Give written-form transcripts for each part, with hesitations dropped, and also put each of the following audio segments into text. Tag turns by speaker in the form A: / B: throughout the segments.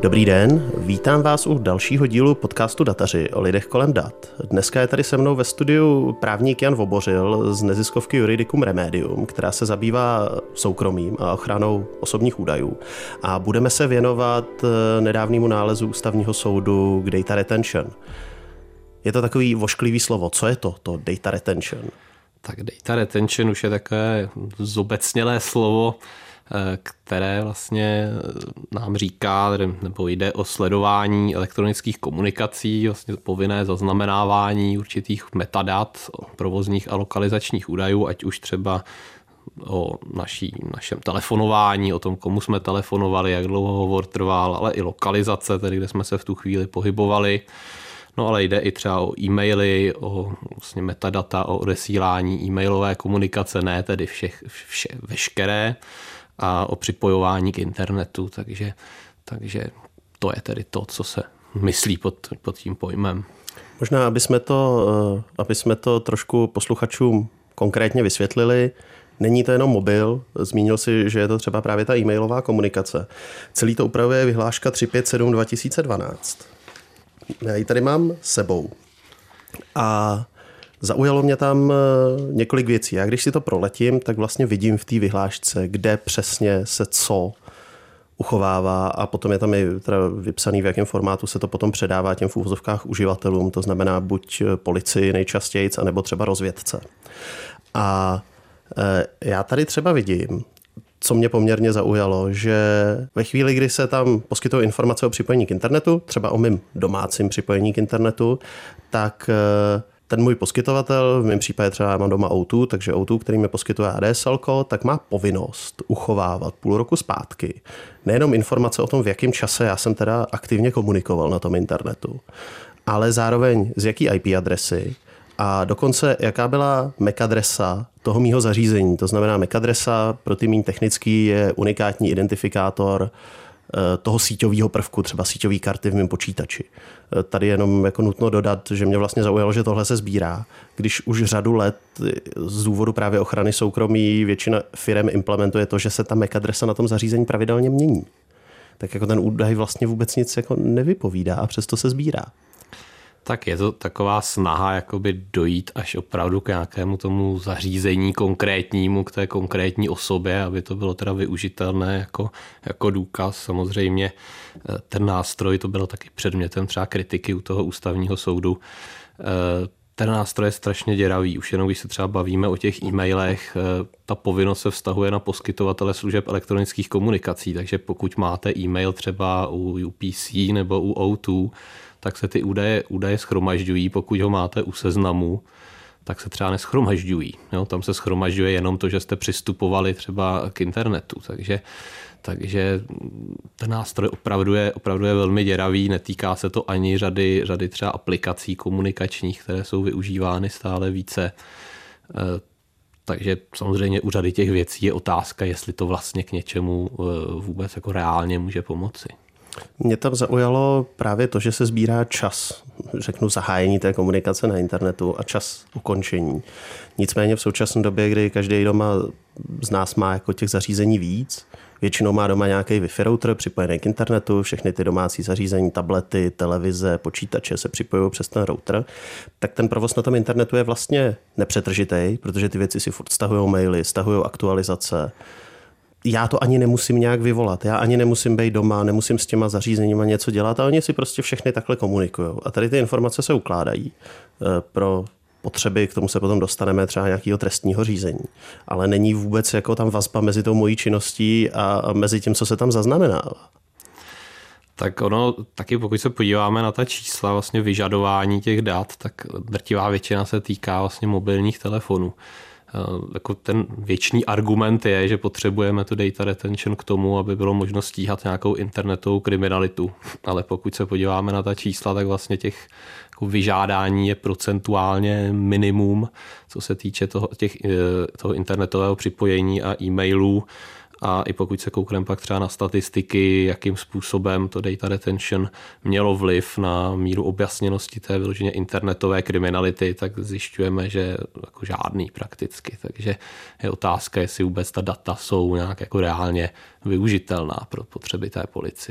A: Dobrý den, vítám vás u dalšího dílu podcastu Dataři o lidech kolem dat. Dneska je tady se mnou ve studiu právník Jan Vobořil z neziskovky Juridicum Remedium, která se zabývá soukromím a ochranou osobních údajů. A budeme se věnovat nedávnému nálezu Ústavního soudu k data retention. Je to takový vošklivý slovo. Co je to data retention?
B: Tak data retention už je takové zobecnělé slovo, které vlastně nám říká, nebo jde o sledování elektronických komunikací, vlastně povinné zaznamenávání určitých metadat, provozních a lokalizačních údajů, ať už třeba o našem telefonování, o tom, komu jsme telefonovali, jak dlouho hovor trval, ale i lokalizace, tedy kde jsme se v tu chvíli pohybovali. No ale jde i třeba o e-maily, o vlastně metadata, o odesílání e-mailové komunikace, ne tedy veškeré, a o připojování k internetu, takže to je tedy to, co se myslí pod tím pojmem.
A: Možná, aby jsme to trošku posluchačům konkrétně vysvětlili, není to jenom mobil, zmínil si, že je to třeba právě ta e-mailová komunikace. Celý to upravuje vyhláška 357/2012. Já ji tady mám s sebou a zaujalo mě tam několik věcí. Já když si to proletím, tak vlastně vidím v té vyhlášce, kde přesně se co uchovává a potom je tam i teda vypsaný, v jakém formátu se to potom předává těm v úvozovkách uživatelům, to znamená buď policii nejčastěji, anebo třeba rozvědce. A já tady třeba vidím, co mě poměrně zaujalo, že ve chvíli, kdy se tam poskytují informace o připojení k internetu, třeba o mým domácím připojení k internetu, tak ten můj poskytovatel, v mém případě třeba mám doma O2, takže O2, který mi poskytuje ADSL, tak má povinnost uchovávat půl roku zpátky nejenom informace o tom, v jakém čase já jsem teda aktivně komunikoval na tom internetu, ale zároveň z jaký IP adresy a dokonce jaká byla MAC adresa toho mýho zařízení. To znamená, MAC adresa pro ty méně technický je unikátní identifikátor toho síťového prvku, třeba síťové karty v mém počítači. Tady jenom jako nutno dodat, že mě vlastně zaujalo, že tohle se sbírá. Když už řadu let z důvodu právě ochrany soukromí většina firem implementuje to, že se ta MAC adresa na tom zařízení pravidelně mění. Tak jako ten údaj vlastně vůbec nic jako nevypovídá a přesto se sbírá.
B: Tak je to taková snaha jakoby dojít až opravdu k nějakému tomu zařízení konkrétnímu, k té konkrétní osobě, aby to bylo teda využitelné jako důkaz. Samozřejmě ten nástroj, to bylo taky předmětem třeba kritiky u toho Ústavního soudu. Ten nástroj je strašně děravý. Už jenom když se třeba bavíme o těch e-mailech, ta povinnost se vztahuje na poskytovatele služeb elektronických komunikací, takže pokud máte e-mail třeba u UPC nebo u O2, tak se ty údaje schromažďují. Pokud ho máte u Seznamu, tak se třeba neschromažďují. Jo? Tam se schromažďuje jenom to, že jste přistupovali třeba k internetu. Takže ten nástroj opravdu je velmi děravý. Netýká se to ani řady třeba aplikací komunikačních, které jsou využívány stále více. Takže samozřejmě u řady těch věcí je otázka, jestli to vlastně k něčemu vůbec jako reálně může pomoci.
A: Mě tam zaujalo právě to, že se sbírá čas, řeknu zahájení té komunikace na internetu a čas ukončení. Nicméně v současné době, kdy každý doma z nás má jako těch zařízení víc, většinou má doma nějaký Wi-Fi router připojený k internetu, všechny ty domácí zařízení, tablety, televize, počítače se připojují přes ten router, tak ten provoz na tom internetu je vlastně nepřetržitý, protože ty věci si furt stahují maily, stahují aktualizace. Já to ani nemusím nějak vyvolat, já ani nemusím být doma, nemusím s těma zařízeníma něco dělat a oni si prostě všechny takhle komunikují. A tady ty informace se ukládají pro potřeby, k tomu se potom dostaneme třeba nějakého trestního řízení. Ale není vůbec jako tam vazba mezi tou mojí činností a mezi tím, co se tam zaznamenává.
B: Tak ono, taky pokud se podíváme na ta čísla vlastně vyžadování těch dat, tak drtivá většina se týká vlastně mobilních telefonů. Jako ten věčný argument je, že potřebujeme tu data retention k tomu, aby bylo možno stíhat nějakou internetovou kriminalitu. Ale pokud se podíváme na ta čísla, tak vlastně těch jako vyžádání je procentuálně minimum, co se týče toho internetového připojení a e-mailů. A i pokud se koukneme pak třeba na statistiky, jakým způsobem to data retention mělo vliv na míru objasněnosti té vyloženě internetové kriminality, tak zjišťujeme, že jako žádný prakticky. Takže je otázka, jestli vůbec ta data jsou nějak jako reálně využitelná pro potřeby té policie.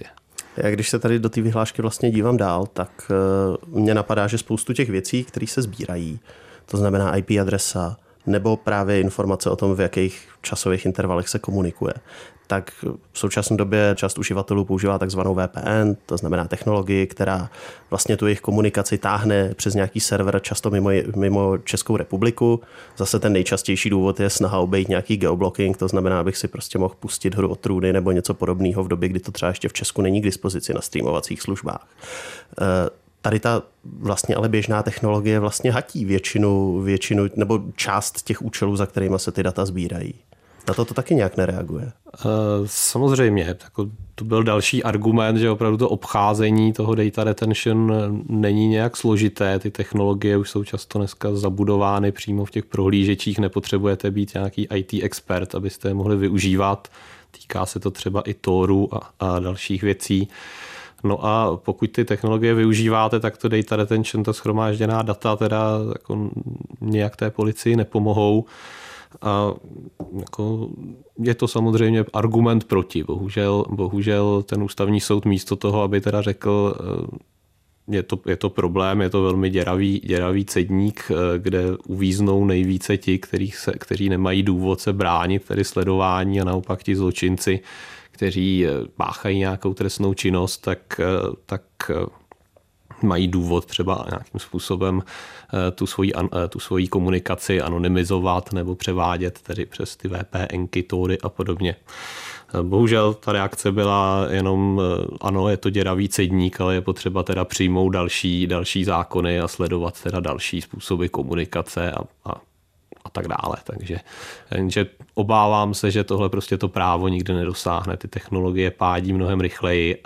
A: Já když se tady do té vyhlášky vlastně dívám dál, tak mě napadá, že spoustu těch věcí, které se sbírají, to znamená IP adresa, nebo právě informace o tom, v jakých časových intervalech se komunikuje, tak v současné době část uživatelů používá takzvanou VPN, to znamená technologii, která vlastně tu jejich komunikaci táhne přes nějaký server, často mimo Českou republiku. Zase ten nejčastější důvod je snaha obejít nějaký geoblocking, to znamená, abych si prostě mohl pustit Hru o trůny nebo něco podobného v době, kdy to třeba ještě v Česku není k dispozici na streamovacích službách. Tady ta vlastně ale běžná technologie vlastně hatí většinu nebo část těch účelů, za kterými se ty data sbírají. Na to taky nějak nereaguje.
B: Samozřejmě. To byl další argument, že opravdu to obcházení toho data retention není nějak složité. Ty technologie už jsou často dneska zabudovány přímo v těch prohlížečích. Nepotřebujete být nějaký IT expert, abyste je mohli využívat. Týká se to třeba i Toru a dalších věcí. No a pokud ty technologie využíváte, tak to data retention, ta shromážděná data teda jako nějak té policii nepomohou. A jako je to samozřejmě argument proti. Bohužel ten ústavní soud místo toho, aby teda řekl, je to problém, je to velmi děravý cedník, kde uvíznou nejvíce ti, kteří nemají důvod se bránit, tedy sledování, a naopak ti zločinci, kteří páchají nějakou trestnou činnost, tak mají důvod třeba nějakým způsobem tu svoji komunikaci anonymizovat nebo převádět tedy přes ty VPNky, Tory a podobně. Bohužel ta reakce byla jenom, ano, je to děravý cedník, ale je potřeba teda přijmout další zákony a sledovat teda další způsoby komunikace a tak dále. Takže obávám se, že tohle prostě to právo nikdy nedosáhne. Ty technologie pádí mnohem rychleji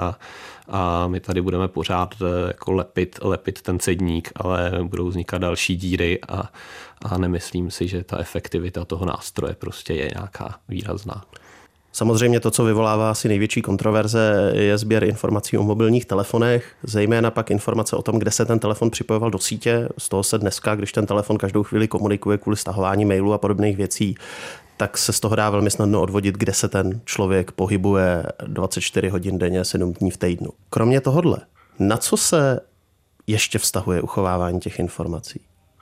B: a my tady budeme pořád jako lepit ten cedník, ale budou vznikat další díry a nemyslím si, že ta efektivita toho nástroje prostě je nějaká výrazná.
A: Samozřejmě to, co vyvolává asi největší kontroverze, je sběr informací o mobilních telefonech, zejména pak informace o tom, kde se ten telefon připojoval do sítě. Z toho se dneska, když ten telefon každou chvíli komunikuje kvůli stahování mailů a podobných věcí, tak se z toho dá velmi snadno odvodit, kde se ten člověk pohybuje 24 hodin denně, 7 dní v týdnu. Kromě tohodle, na co se ještě vztahuje uchovávání těch informací?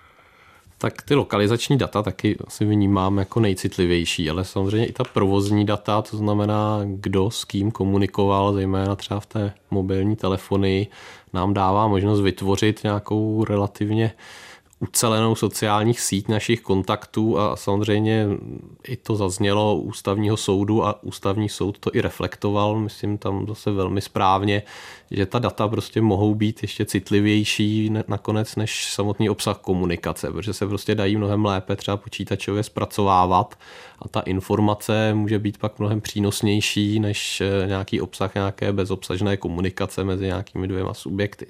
B: Tak ty lokalizační data taky asi vnímám jako nejcitlivější, ale samozřejmě i ta provozní data, to znamená, kdo s kým komunikoval, zejména třeba v té mobilní telefonii, nám dává možnost vytvořit nějakou relativně ucelenou sociálních síť našich kontaktů a samozřejmě i to zaznělo u ústavního soudu a ústavní soud to i reflektoval, myslím tam zase velmi správně, že ta data prostě mohou být ještě citlivější nakonec než samotný obsah komunikace, protože se prostě dají mnohem lépe třeba počítačově zpracovávat a ta informace může být pak mnohem přínosnější než nějaký obsah nějaké bezobsažné komunikace mezi nějakými dvěma subjekty.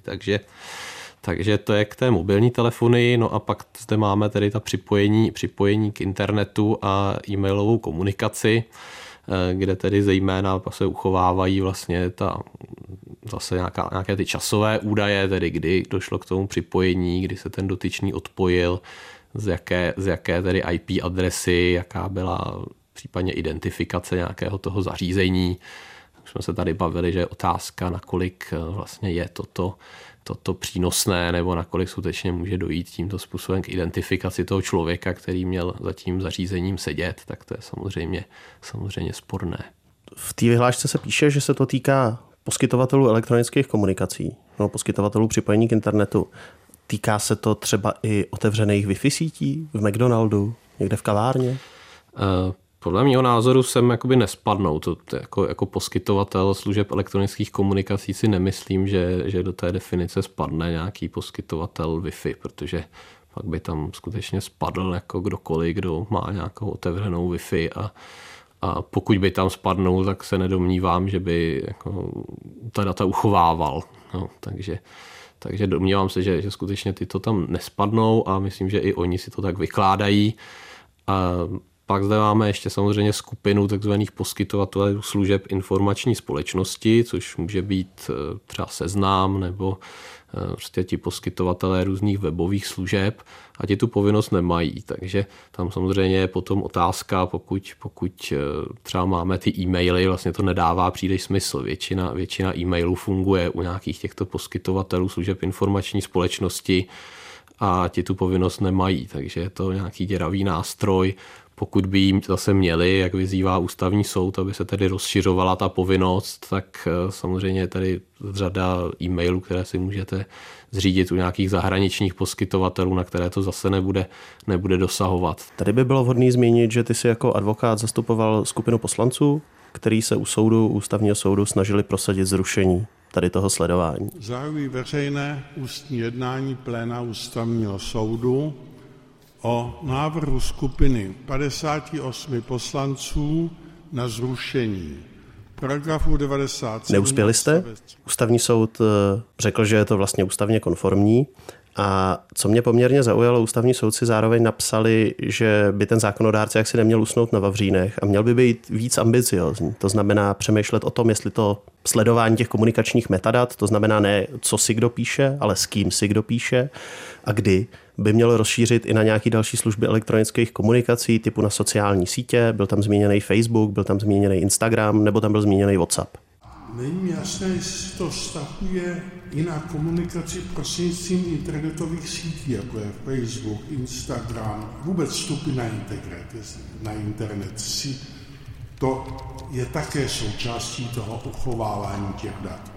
B: Takže to je k té mobilní telefonii, no a pak zde máme tedy ta připojení k internetu a e-mailovou komunikaci, kde tedy zejména se uchovávají vlastně zase nějaké ty časové údaje, tedy kdy došlo k tomu připojení, kdy se ten dotyčný odpojil, z jaké tedy IP adresy, jaká byla případně identifikace nějakého toho zařízení. Už jsme se tady bavili, že je otázka, nakolik vlastně je toto přínosné, nebo nakolik skutečně může dojít tímto způsobem k identifikaci toho člověka, který měl za tím zařízením sedět, tak to je samozřejmě sporné.
A: V té vyhlášce se píše, že se to týká poskytovatelů elektronických komunikací, no, poskytovatelů připojení k internetu. Týká se to třeba i otevřených Wi-Fi sítí v McDonaldu, někde v kavárně?
B: Podle mého názoru sem jakoby nespadnou. Jako poskytovatel služeb elektronických komunikací si nemyslím, že do té definice spadne nějaký poskytovatel Wi-Fi, protože pak by tam skutečně spadl jako kdokoliv, kdo má nějakou otevřenou Wi-Fi a pokud by tam spadnul, tak se nedomnívám, že by jako ta data uchovával. No, takže domnívám se, že skutečně tyto tam nespadnou a myslím, že i oni si to tak vykládají. Pak zde máme ještě samozřejmě skupinu takzvaných poskytovatelů služeb informační společnosti, což může být třeba Seznam nebo prostě ti poskytovatelé různých webových služeb a ti tu povinnost nemají. Takže tam samozřejmě je potom otázka, pokud třeba máme ty e-maily, vlastně to nedává příliš smysl. Většina e-mailů funguje u nějakých těchto poskytovatelů služeb informační společnosti a ti tu povinnost nemají, takže je to nějaký děravý nástroj. Pokud by jim zase měli, jak vyzývá ústavní soud, aby se tedy rozšiřovala ta povinnost, tak samozřejmě je tady řada e-mailů, které si můžete zřídit u nějakých zahraničních poskytovatelů, na které to zase nebude dosahovat.
A: Tady by bylo vhodné zmínit, že ty si jako advokát zastupoval skupinu poslanců, který se u ústavního soudu snažili prosadit zrušení tady toho sledování.
C: Zahajuji veřejné ústní jednání pléna ústavního soudu o návrhu skupiny 58 poslanců na zrušení paragrafu 97.
A: Neuspěli jste? Ústavní soud řekl, že je to vlastně ústavně konformní. A co mě poměrně zaujalo, ústavní soudci zároveň napsali, že by ten zákonodárce jaksi neměl usnout na vavřínech a měl by být víc ambiciózní. To znamená přemýšlet o tom, jestli to sledování těch komunikačních metadat, to znamená ne co si kdo píše, ale s kým si kdo píše a kdy, by mělo rozšířit i na nějaké další služby elektronických komunikací typu na sociální sítě. Byl tam zmíněný Facebook, byl tam zmíněný Instagram, nebo tam byl zmíněný WhatsApp.
C: Není jasné, jestli to vztahuje i na komunikaci prostřednictvím internetových sítí, jako je Facebook, Instagram, vůbec vstupy na internet. To je také součástí toho uchovávání těch dat.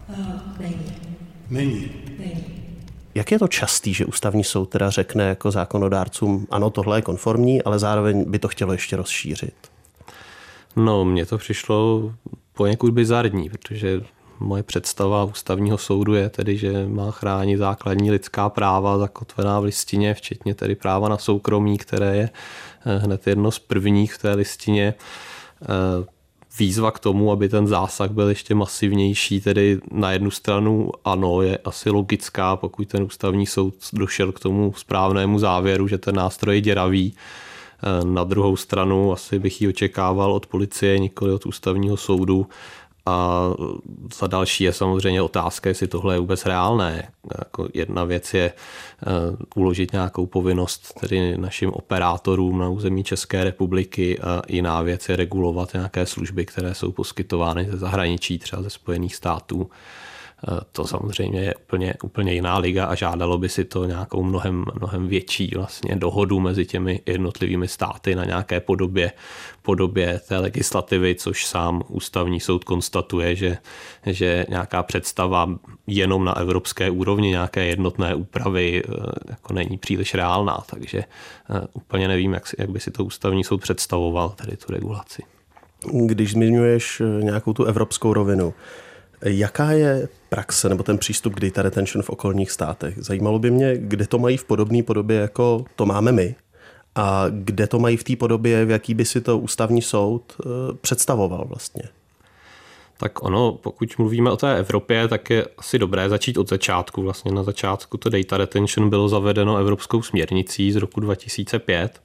C: Není.
A: Jak je to častý, že ústavní soud teda řekne jako zákonodárcům, ano, tohle je konformní, ale zároveň by to chtělo ještě rozšířit?
B: No, mně to přišlo poněkud bizarní, protože moje představa ústavního soudu je tedy, že má chránit základní lidská práva zakotvená v listině, včetně tedy práva na soukromí, které je hned jedno z prvních v té listině. Výzva k tomu, aby ten zásah byl ještě masivnější, tedy na jednu stranu ano, je asi logická, pokud ten ústavní soud došel k tomu správnému závěru, že ten nástroj je děravý. Na druhou stranu asi bych ji očekával od policie, nikoli od ústavního soudu. A za další je samozřejmě otázka, jestli tohle je vůbec reálné. Jako jedna věc je uložit nějakou povinnost tedy našim operátorům na území České republiky a jiná věc je regulovat nějaké služby, které jsou poskytovány ze zahraničí, třeba ze Spojených států. To samozřejmě je úplně jiná liga a žádalo by si to nějakou mnohem větší vlastně dohodu mezi těmi jednotlivými státy na nějaké podobě té legislativy, což sám ústavní soud konstatuje, že nějaká představa jenom na evropské úrovni nějaké jednotné úpravy jako není příliš reálná, takže úplně nevím, jak by si to ústavní soud představoval, tady tu regulaci.
A: Když zmiňuješ nějakou tu evropskou rovinu, jaká je praxe nebo ten přístup k data retention v okolních státech? Zajímalo by mě, kde to mají v podobné podobě, jako to máme my, a kde to mají v té podobě, v jaký by si to ústavní soud představoval vlastně.
B: Tak ono, pokud mluvíme o té Evropě, tak je asi dobré začít od začátku. Vlastně na začátku to data retention bylo zavedeno evropskou směrnicí z roku 2005,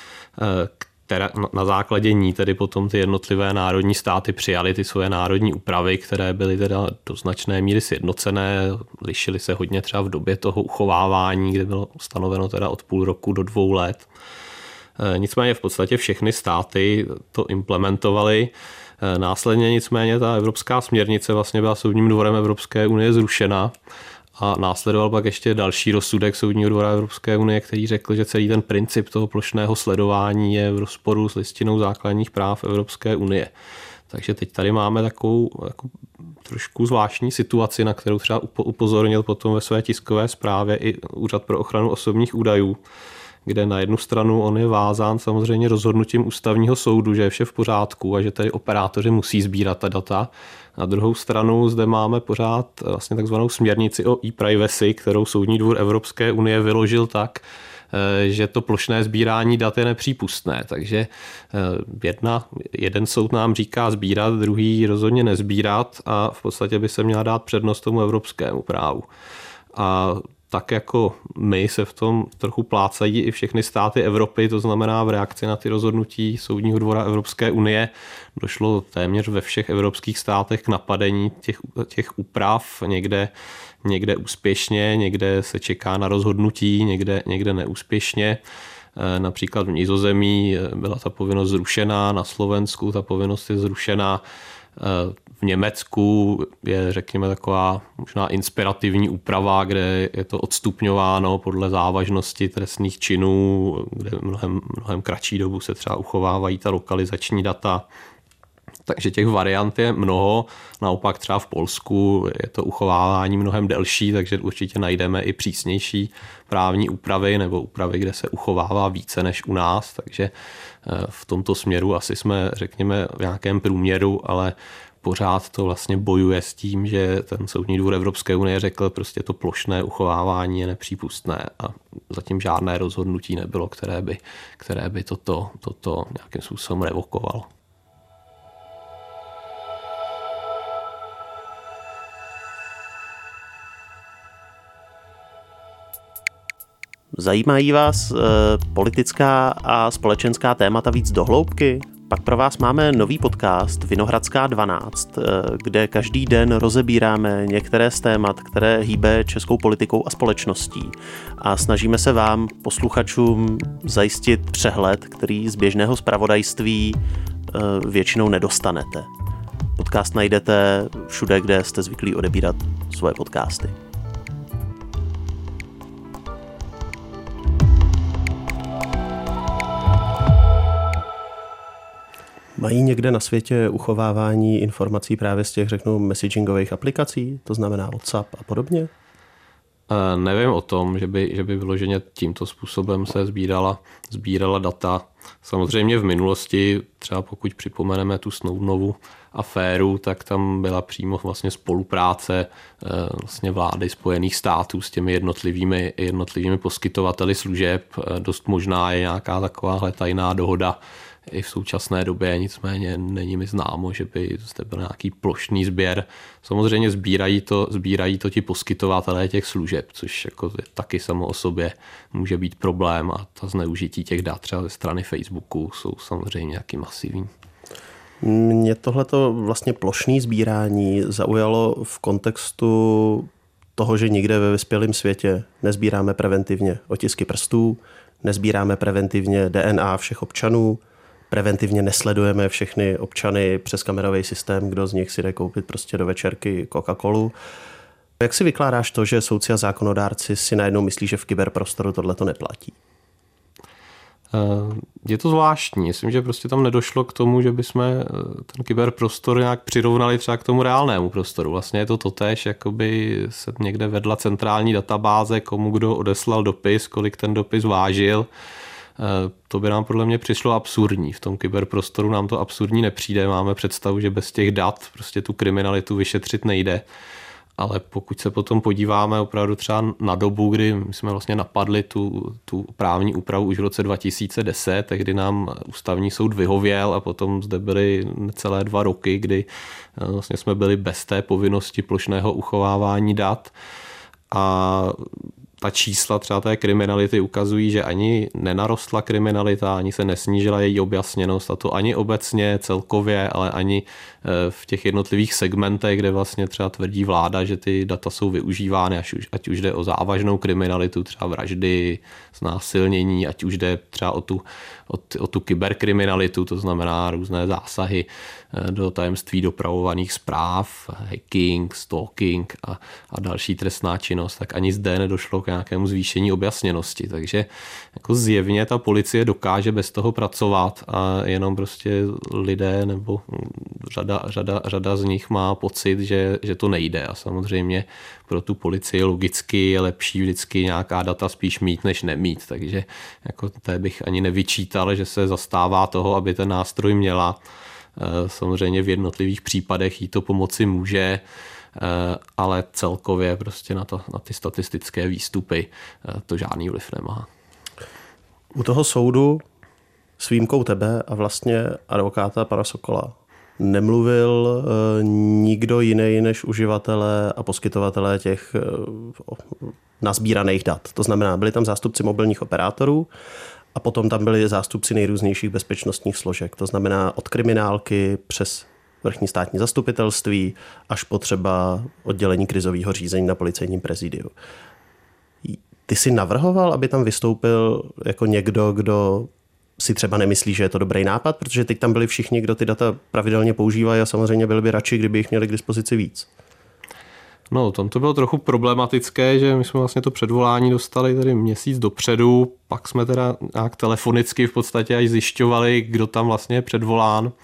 B: na základě ní tedy potom ty jednotlivé národní státy přijaly ty svoje národní úpravy, které byly teda do značné míry sjednocené, lišily se hodně třeba v době toho uchovávání, kde bylo stanoveno teda od půl roku do 2 let. Nicméně v podstatě všechny státy to implementovaly. Následně nicméně ta evropská směrnice vlastně byla Soudním dvorem Evropské unie zrušena a následoval pak ještě další rozsudek Soudního dvora Evropské unie, který řekl, že celý ten princip toho plošného sledování je v rozporu s listinou základních práv Evropské unie. Takže teď tady máme takovou jako trošku zvláštní situaci, na kterou třeba upozornil potom ve své tiskové zprávě i Úřad pro ochranu osobních údajů, kde na jednu stranu on je vázán samozřejmě rozhodnutím ústavního soudu, že je vše v pořádku a že tady operátoři musí sbírat ta data. Na druhou stranu zde máme pořád vlastně takzvanou směrnici o e-privacy, kterou Soudní dvůr Evropské unie vyložil tak, že to plošné sbírání dat je nepřípustné. Takže jeden soud nám říká sbírat, druhý rozhodně nezbírat a v podstatě by se měla dát přednost tomu evropskému právu. A tak jako my se v tom trochu plácají i všechny státy Evropy, to znamená v reakci na ty rozhodnutí Soudního dvora Evropské unie došlo téměř ve všech evropských státech k napadení těch úprav, někde úspěšně, někde se čeká na rozhodnutí, někde neúspěšně. Například v Nizozemí byla ta povinnost zrušená, na Slovensku ta povinnost je zrušená, v Německu je, řekněme, taková možná inspirativní úprava, kde je to odstupňováno podle závažnosti trestných činů, kde mnohem kratší dobu se třeba uchovávají ta lokalizační data. Takže těch variant je mnoho, naopak třeba v Polsku je to uchovávání mnohem delší, takže určitě najdeme i přísnější právní úpravy nebo úpravy, kde se uchovává více než u nás, takže v tomto směru asi jsme, řekněme, v nějakém průměru, ale pořád to vlastně bojuje s tím, že ten Soudní dvůr Evropské unie řekl, prostě to plošné uchovávání je nepřípustné a zatím žádné rozhodnutí nebylo, které by toto nějakým způsobem revokovalo.
A: Zajímají vás politická a společenská témata víc do hloubky? Pak pro vás máme nový podcast Vinohradská 12, kde každý den rozebíráme některé z témat, které hýbe českou politikou a společností. A snažíme se vám, posluchačům, zajistit přehled, který z běžného zpravodajství většinou nedostanete. Podcast najdete všude, kde jste zvyklí odebírat svoje podcasty. Mají někde na světě uchovávání informací právě z těch, řeknu, messagingových aplikací, to znamená WhatsApp a podobně?
B: Nevím o tom, že by vyloženě tímto způsobem se sbírala data. Samozřejmě v minulosti, třeba pokud připomeneme tu Snowdenovu aféru, tak tam byla přímo vlastně spolupráce vlastně vlády Spojených států s těmi jednotlivými poskytovateli služeb. Dost možná je nějaká takováhle tajná dohoda i v současné době, nicméně není mi známo, že by zde byl nějaký plošný sběr. Samozřejmě sbírají to ti poskytovatelé těch služeb, což jako taky samo o sobě může být problém a ta zneužití těch dat třeba ze strany Facebooku jsou samozřejmě nějaký masivní.
A: Mě tohleto vlastně plošné sbírání zaujalo v kontextu toho, že nikde ve vyspělém světě nezbíráme preventivně otisky prstů, nezbíráme preventivně DNA všech občanů, preventivně nesledujeme všechny občany přes kamerový systém, kdo z nich si jde koupit prostě do večerky Coca-Colu. Jak si vykládáš to, že soudci a zákonodárci si najednou myslí, že v kyberprostoru tohleto neplatí?
B: Je to zvláštní. Myslím, že prostě tam nedošlo k tomu, že bychom ten kyberprostor nějak přirovnali třeba k tomu reálnému prostoru. Vlastně je to totéž, jakoby se někde vedla centrální databáze, komu kdo odeslal dopis, kolik ten dopis vážil. To by nám podle mě přišlo absurdní. V tom kyberprostoru nám to absurdní nepřijde. Máme představu, že bez těch dat prostě tu kriminalitu vyšetřit nejde. Ale pokud se potom podíváme opravdu třeba na dobu, kdy my jsme vlastně napadli tu právní úpravu už v roce 2010, tehdy nám ústavní soud vyhověl a potom zde byly necelé 2 roky, kdy vlastně jsme byli bez té povinnosti plošného uchovávání dat. A ta čísla třeba té kriminality ukazují, že ani nenarostla kriminalita, ani se nesnížila její objasněnost, a to ani obecně celkově, ale ani v těch jednotlivých segmentech, kde vlastně třeba tvrdí vláda, že ty data jsou využívány, ať už jde o závažnou kriminalitu, třeba vraždy, znásilnění, ať už jde třeba o tu kyberkriminalitu, to znamená různé zásahy do tajemství dopravovaných zpráv, hacking, stalking a další trestná činnost, tak ani zde nedošlo k nějakému zvýšení objasněnosti. Takže jako zjevně ta policie dokáže bez toho pracovat a jenom prostě lidé nebo řada z nich má pocit, že to nejde. A samozřejmě pro tu policii logicky je lepší vždycky nějaká data spíš mít, než nemít. Takže jako té bych ani nevyčítal, že se zastává toho, aby ten nástroj měla. Samozřejmě v jednotlivých případech jí to pomoci může, ale celkově prostě na ty statistické výstupy to žádný vliv nemá.
A: U toho soudu s výjimkou tebe a vlastně advokáta pana Sokola nemluvil nikdo jiný než uživatelé a poskytovatelé těch nasbíraných dat. To znamená, byli tam zástupci mobilních operátorů a potom tam byli zástupci nejrůznějších bezpečnostních složek. To znamená od kriminálky přes vrchní státní zastupitelství až po třeba oddělení krizového řízení na policejním prezidiu. Ty jsi navrhoval, aby tam vystoupil jako někdo, kdo si třeba nemyslí, že je to dobrý nápad, protože teď tam byli všichni, kdo ty data pravidelně používají a samozřejmě byli by radši, kdyby jich měli k dispozici víc.
B: No, tam to bylo trochu problematické, že my jsme vlastně to předvolání dostali tady měsíc dopředu, pak jsme teda nějak telefonicky v podstatě až zjišťovali, kdo tam vlastně je předvolán.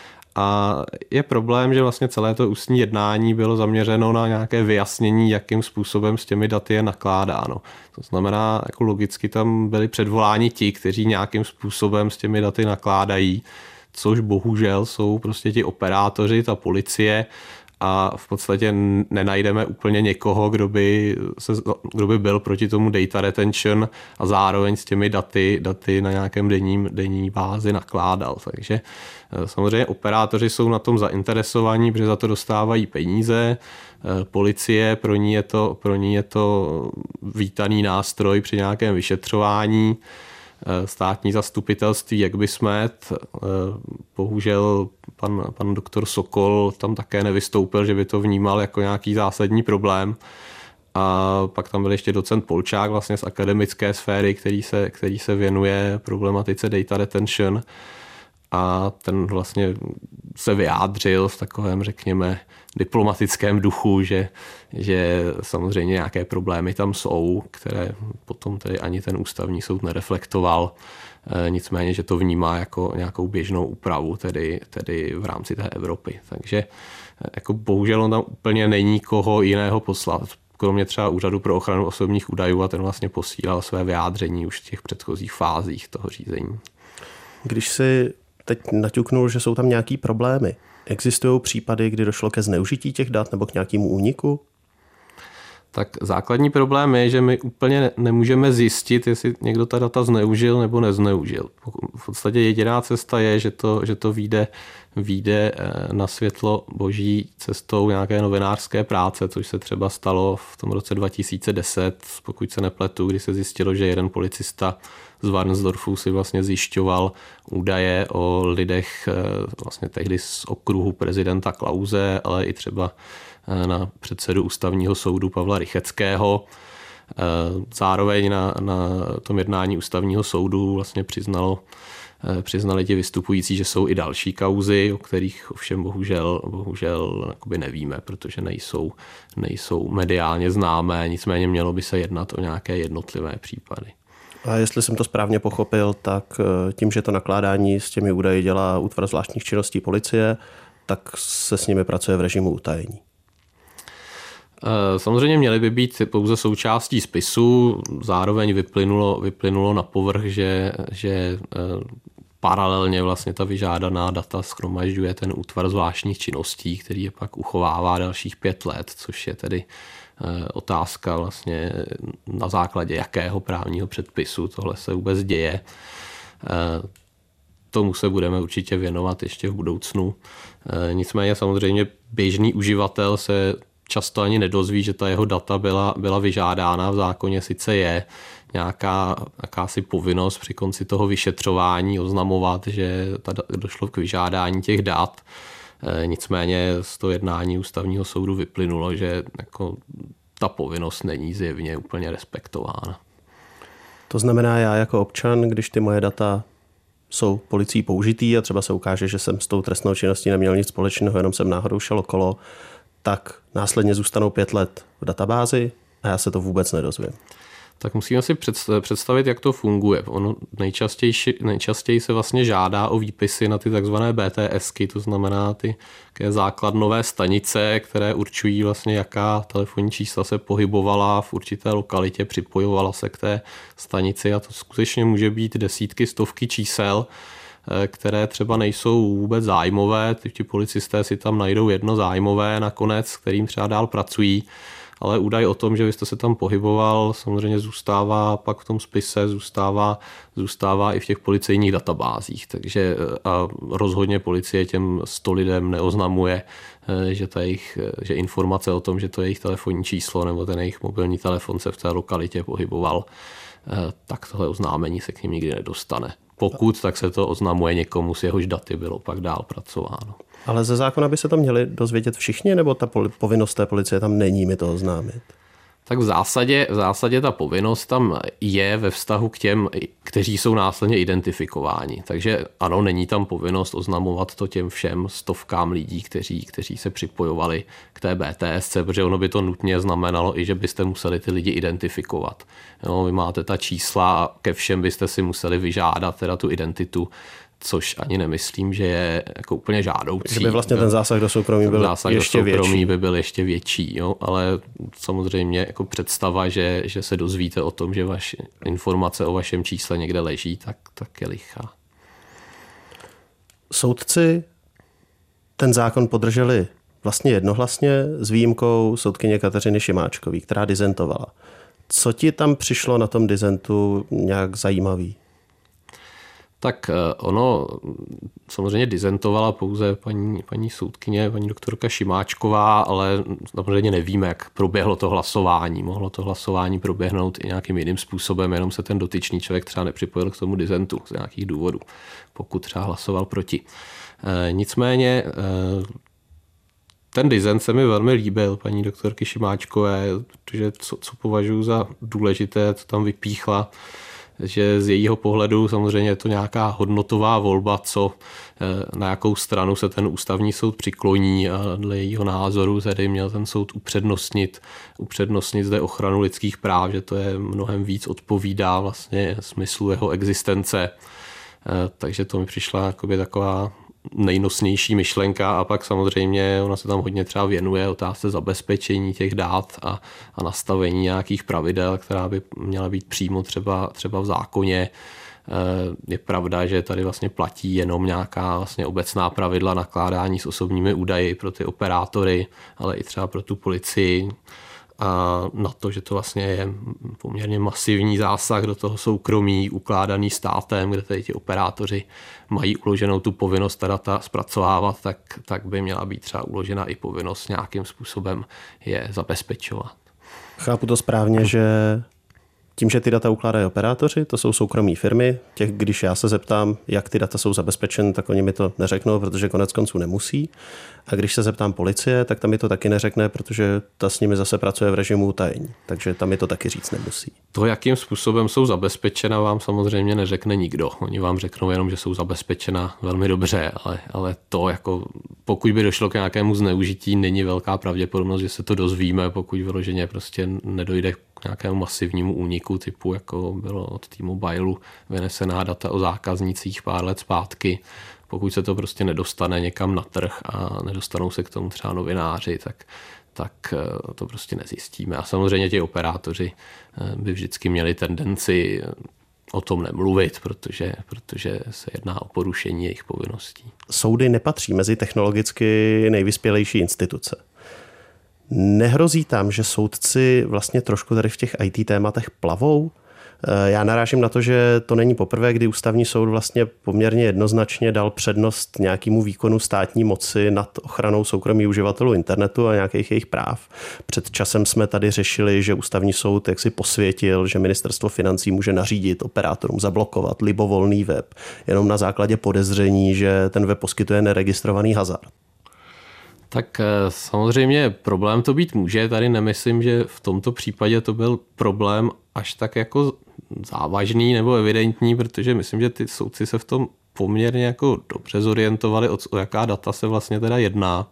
B: A je problém, že vlastně celé to ústní jednání bylo zaměřeno na nějaké vyjasnění, jakým způsobem s těmi daty je nakládáno. To znamená, jako logicky tam byli předvoláni ti, kteří nějakým způsobem s těmi daty nakládají, což bohužel jsou prostě ti operátoři, ta policie, a v podstatě nenajdeme úplně někoho, kdo by byl proti tomu data retention a zároveň s těmi daty na nějakém denní bázi nakládal. Takže samozřejmě operátoři jsou na tom zainteresovaní, protože za to dostávají peníze. Policie, pro ní je to vítaný nástroj při nějakém vyšetřování. Státní zastupitelství, jak by smet. Bohužel pan doktor Sokol tam také nevystoupil, že by to vnímal jako nějaký zásadní problém. A pak tam byl ještě docent Polčák vlastně z akademické sféry, který se věnuje problematice data retention. A ten vlastně se vyjádřil v takovém, řekněme, diplomatickém duchu, že samozřejmě nějaké problémy tam jsou, které potom tedy ani ten ústavní soud nereflektoval. Nicméně, že to vnímá jako nějakou běžnou úpravu, tedy v rámci té Evropy. Takže jako bohužel on tam úplně není koho jiného poslat, kromě třeba Úřadu pro ochranu osobních údajů, a ten vlastně posílal své vyjádření už v těch předchozích fázích toho řízení.
A: Když si teď naťuknul, že jsou tam nějaký problémy, existují případy, kdy došlo ke zneužití těch dat nebo k nějakému úniku?
B: Tak základní problém je, že my úplně nemůžeme zjistit, jestli někdo ta data zneužil nebo nezneužil. V podstatě jediná cesta je, že to vyjde na světlo boží cestou nějaké novinářské práce, což se třeba stalo v tom roce 2010, pokud se nepletu, kdy se zjistilo, že jeden policista z Varnsdorfu si vlastně zjišťoval údaje o lidech vlastně tehdy z okruhu prezidenta Klause, ale i třeba na předsedu ústavního soudu Pavla Rycheckého. Zároveň na tom jednání ústavního soudu vlastně přiznali ti vystupující, že jsou i další kauzy, o kterých ovšem bohužel nevíme, protože nejsou mediálně známé, nicméně mělo by se jednat o nějaké jednotlivé případy.
A: A jestli jsem to správně pochopil, tak tím, že to nakládání s těmi údaji dělá útvar zvláštních činností policie, tak se s nimi pracuje v režimu utajení.
B: Samozřejmě měly by být pouze součástí spisu, zároveň vyplynulo na povrch, že paralelně vlastně ta vyžádaná data shromažďuje ten útvar zvláštních činností, který je pak uchovává dalších 5 let, což je tedy otázka vlastně na základě jakého právního předpisu tohle se vůbec děje. Tomu se budeme určitě věnovat ještě v budoucnu. Nicméně samozřejmě běžný uživatel se často ani nedozví, že ta jeho data byla vyžádána. V zákoně sice je jakási povinnost při konci toho vyšetřování oznamovat, že došlo k vyžádání těch dat. Nicméně z toho jednání ústavního soudu vyplynulo, že jako ta povinnost není zjevně úplně respektována.
A: To znamená, já jako občan, když ty moje data jsou policií použitý a třeba se ukáže, že jsem s tou trestnou činností neměl nic společného, jenom jsem náhodou šel okolo, tak následně zůstanou 5 let v databázi a já se to vůbec nedozvím.
B: Tak musíme si představit, jak to funguje. Ono nejčastěji se vlastně žádá o výpisy na ty takzvané BTSky, to znamená ty základnové stanice, které určují vlastně, jaká telefonní čísla se pohybovala v určité lokalitě, připojovala se k té stanici, a to skutečně může být desítky, stovky čísel, které třeba nejsou vůbec zájmové. Ti policisté si tam najdou jedno zájmové nakonec, kterým třeba dál pracují. ale údaj o tom, že vy jste se tam pohyboval, samozřejmě zůstává pak v tom spise, zůstává i v těch policejních databázích, takže a rozhodně policie těm 100 lidem neoznamuje, že informace o tom, že to je jejich telefonní číslo nebo ten jejich mobilní telefon se v té lokalitě pohyboval, tak tohle oznámení se k ním nikdy nedostane. Pokud, tak se to oznamuje někomu, s jehož daty bylo pak dál pracováno.
A: Ale ze zákona by se to měli dozvědět všichni, nebo ta povinnost té policie tam není mi to oznámit?
B: Tak v zásadě ta povinnost tam je ve vztahu k těm, kteří jsou následně identifikováni. Takže ano, není tam povinnost oznamovat to těm všem stovkám lidí, kteří se připojovali k té BTSC, protože ono by to nutně znamenalo i, že byste museli ty lidi identifikovat. Jo, vy máte ta čísla a ke všem byste si museli vyžádat teda tu identitu, což ani nemyslím, že je jako úplně žádoucí.
A: Že by vlastně ten zásah do soukromí byl ještě větší.
B: By byl ještě větší, jo? Ale samozřejmě jako představa, že se dozvíte o tom, že vaše informace o vašem čísle někde leží, tak je lichá.
A: Soudci ten zákon podrželi vlastně jednohlasně s výjimkou soudkyně Kateřiny Šimáčkové, která disentovala. Co ti tam přišlo na tom disentu nějak zajímavý?
B: Tak ono samozřejmě disentovala pouze paní soudkyně, paní doktorka Šimáčková, ale samozřejmě nevíme, jak proběhlo to hlasování. Mohlo to hlasování proběhnout i nějakým jiným způsobem, jenom se ten dotyčný člověk třeba nepřipojil k tomu disentu z nějakých důvodů, pokud třeba hlasoval proti. Nicméně ten dissent se mi velmi líbil, paní doktorky Šimáčkové, protože co považuji za důležité, co tam vypíchla, že z jejího pohledu samozřejmě je to nějaká hodnotová volba, na jakou stranu se ten ústavní soud přikloní a dle jejího názoru tedy měl ten soud upřednostnit zde ochranu lidských práv, že to je mnohem víc odpovídá vlastně smyslu jeho existence. Takže to mi přišla jakoby taková nejnosnější myšlenka a pak samozřejmě ona se tam hodně třeba věnuje otázce zabezpečení těch dat a nastavení nějakých pravidel, která by měla být přímo třeba v zákoně. Je pravda, že tady vlastně platí jenom nějaká vlastně obecná pravidla nakládání s osobními údaji pro ty operátory, ale i třeba pro tu policii. A na to, že to vlastně je poměrně masivní zásah do toho soukromí ukládaný státem, kde tady ti operátoři mají uloženou tu povinnost ta data zpracovávat, tak by měla být třeba uložena i povinnost nějakým způsobem je zabezpečovat.
A: Chápu to správně, že tím, že ty data ukládají operátoři, to jsou soukromí firmy, když já se zeptám, jak ty data jsou zabezpečeny, tak oni mi to neřeknou, protože konec konců nemusí. A když se zeptám policie, tak tam mi to taky neřekne, protože ta s nimi zase pracuje v režimu utajení. Takže tam mi to taky říct nemusí.
B: To, jakým způsobem jsou zabezpečena, vám samozřejmě neřekne nikdo. Oni vám řeknou jenom, že jsou zabezpečena velmi dobře, ale to jako pokud by došlo k nějakému zneužití, není velká pravděpodobnost, že se to dozvíme, pokud vyloženě prostě nedojde k nějakému masivnímu úniku typu, jako bylo od T-Mobileu vynesená data o zákaznících pár let zpátky. Pokud se to prostě nedostane někam na trh a nedostanou se k tomu třeba novináři, tak to prostě nezjistíme. A samozřejmě ti operátoři by vždycky měli tendenci o tom nemluvit, protože se jedná o porušení jejich povinností.
A: Soudy nepatří mezi technologicky nejvyspělejší instituce. Nehrozí tam, že soudci vlastně trošku tady v těch IT tématech plavou? Já narážím na to, že to není poprvé, kdy ústavní soud vlastně poměrně jednoznačně dal přednost nějakému výkonu státní moci nad ochranou soukromí uživatelů internetu a nějakých jejich práv. Před časem jsme tady řešili, že ústavní soud jaksi posvětil, že ministerstvo financí může nařídit operátorům zablokovat libovolný web jenom na základě podezření, že ten web poskytuje neregistrovaný hazard.
B: Tak samozřejmě problém to být může. Tady nemyslím, že v tomto případě to byl problém až tak jako závažný nebo evidentní, protože myslím, že ty soudci se v tom poměrně jako dobře zorientovali, o jaká data se vlastně teda jedná.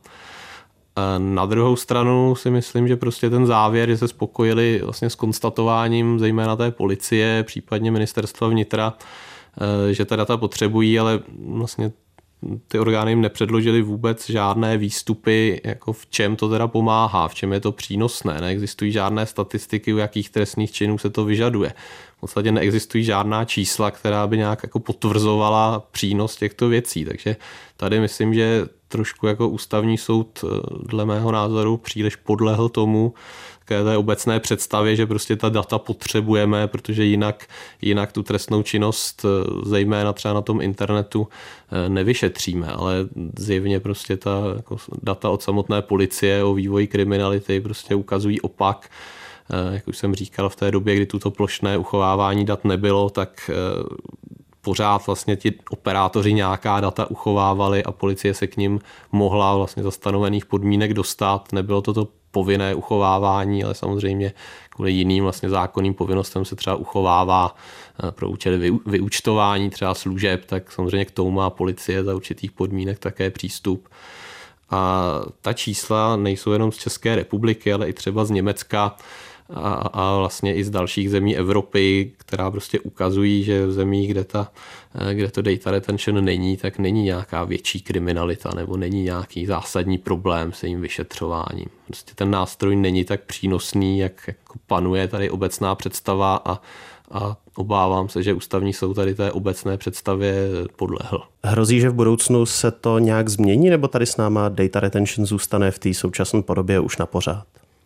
B: Na druhou stranu si myslím, že prostě ten závěr, že se spokojili vlastně s konstatováním zejména té policie, případně ministerstva vnitra, že ta data potřebují, ale vlastně ty orgány jim nepředložily vůbec žádné výstupy, jako v čem to teda pomáhá, v čem je to přínosné. Neexistují žádné statistiky, u jakých trestných činů se to vyžaduje. podstatě neexistují žádná čísla, která by nějak jako potvrzovala přínos těchto věcí. Takže tady myslím, že trošku jako ústavní soud dle mého názoru příliš podlehl tomu, té obecné představě, že prostě ta data potřebujeme, protože jinak tu trestnou činnost, zejména třeba na tom internetu, nevyšetříme, ale zjevně prostě ta jako data od samotné policie o vývoji kriminality prostě ukazují opak. Jak už jsem říkal, v té době, kdy tuto plošné uchovávání dat nebylo, tak pořád vlastně ti operátoři nějaká data uchovávali a policie se k nim mohla vlastně za stanovených podmínek dostat. Nebylo to povinné uchovávání, ale samozřejmě kvůli jiným vlastně zákonným povinnostem se třeba uchovává pro účely vyúčtování třeba služeb, tak samozřejmě k tomu má policie za určitých podmínek také přístup. A ta čísla nejsou jenom z České republiky, ale i třeba z Německa a vlastně i z dalších zemí Evropy, která prostě ukazují, že v zemích, kde to data retention není, tak není nějaká větší kriminalita nebo není nějaký zásadní problém se jim vyšetřováním. Prostě ten nástroj není tak přínosný, jak jako panuje tady obecná představa a obávám se, že ústavní soud tady té obecné představě podlehl.
A: Hrozí, že v budoucnu se to nějak změní, nebo tady s náma data retention zůstane v té současné podobě už na pořád?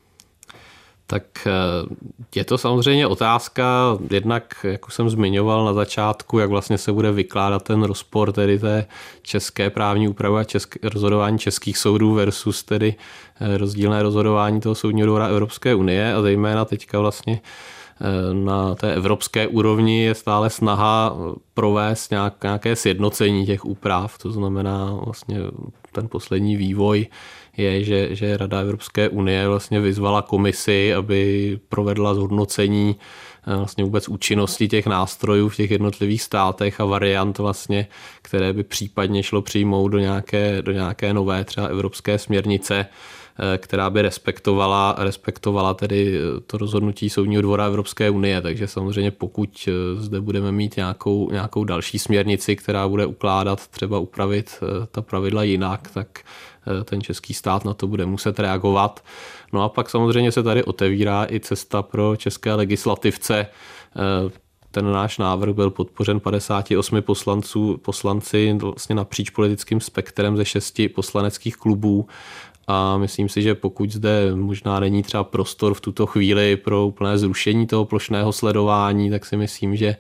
B: Tak je to samozřejmě otázka, jednak, jak už jsem zmiňoval na začátku, jak vlastně se bude vykládat ten rozpor tedy té české právní úpravy a rozhodování českých soudů versus tedy rozdílné rozhodování toho soudního dvora Evropské unie a zejména teďka vlastně na té evropské úrovni je stále snaha provést nějaké sjednocení těch úprav, to znamená vlastně ten poslední vývoj je, že Rada Evropské unie vlastně vyzvala komisi, aby provedla zhodnocení vlastně vůbec účinnosti těch nástrojů v těch jednotlivých státech a variant vlastně, které by případně šlo přijmout do nějaké nové třeba evropské směrnice, která by respektovala tedy to rozhodnutí Soudního dvora Evropské unie. Takže samozřejmě pokud zde budeme mít nějakou další směrnici, která bude ukládat, třeba upravit ta pravidla jinak, tak ten český stát na to bude muset reagovat. No a pak samozřejmě se tady otevírá i cesta pro české legislativce. Ten náš návrh byl podpořen 58 poslanci vlastně napříč politickým spektrem ze 6 poslaneckých klubů. A myslím si, že pokud zde možná není třeba prostor v tuto chvíli pro úplné zrušení toho plošného sledování, tak si myslím, že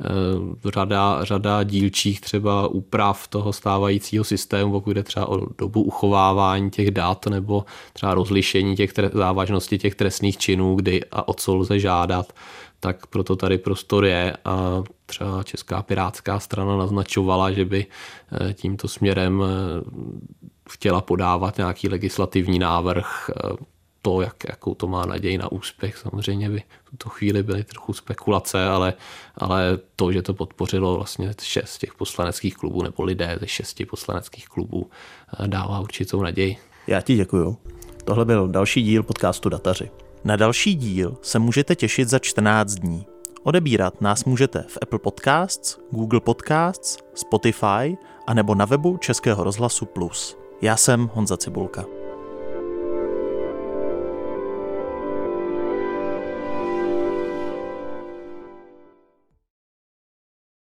B: řada dílčích třeba úprav toho stávajícího systému, pokud jde třeba o dobu uchovávání těch dat nebo třeba rozlišení těch závažnosti těch trestných činů, kdy a o co lze žádat, tak proto tady prostor je a třeba Česká pirátská strana naznačovala, že by tímto směrem chtěla podávat nějaký legislativní návrh. To, jakou to má naději na úspěch, samozřejmě by v tuto chvíli byly trochu spekulace, ale to, že to podpořilo vlastně 6 těch poslaneckých klubů nebo lidé ze 6 poslaneckých klubů, dává určitou naději.
A: Já ti děkuju. Tohle byl další díl podcastu Dataři.
D: Na další díl se můžete těšit za 14 dní. Odebírat nás můžete v Apple Podcasts, Google Podcasts, Spotify a nebo na webu Českého rozhlasu Plus. Já jsem Honza Cibulka.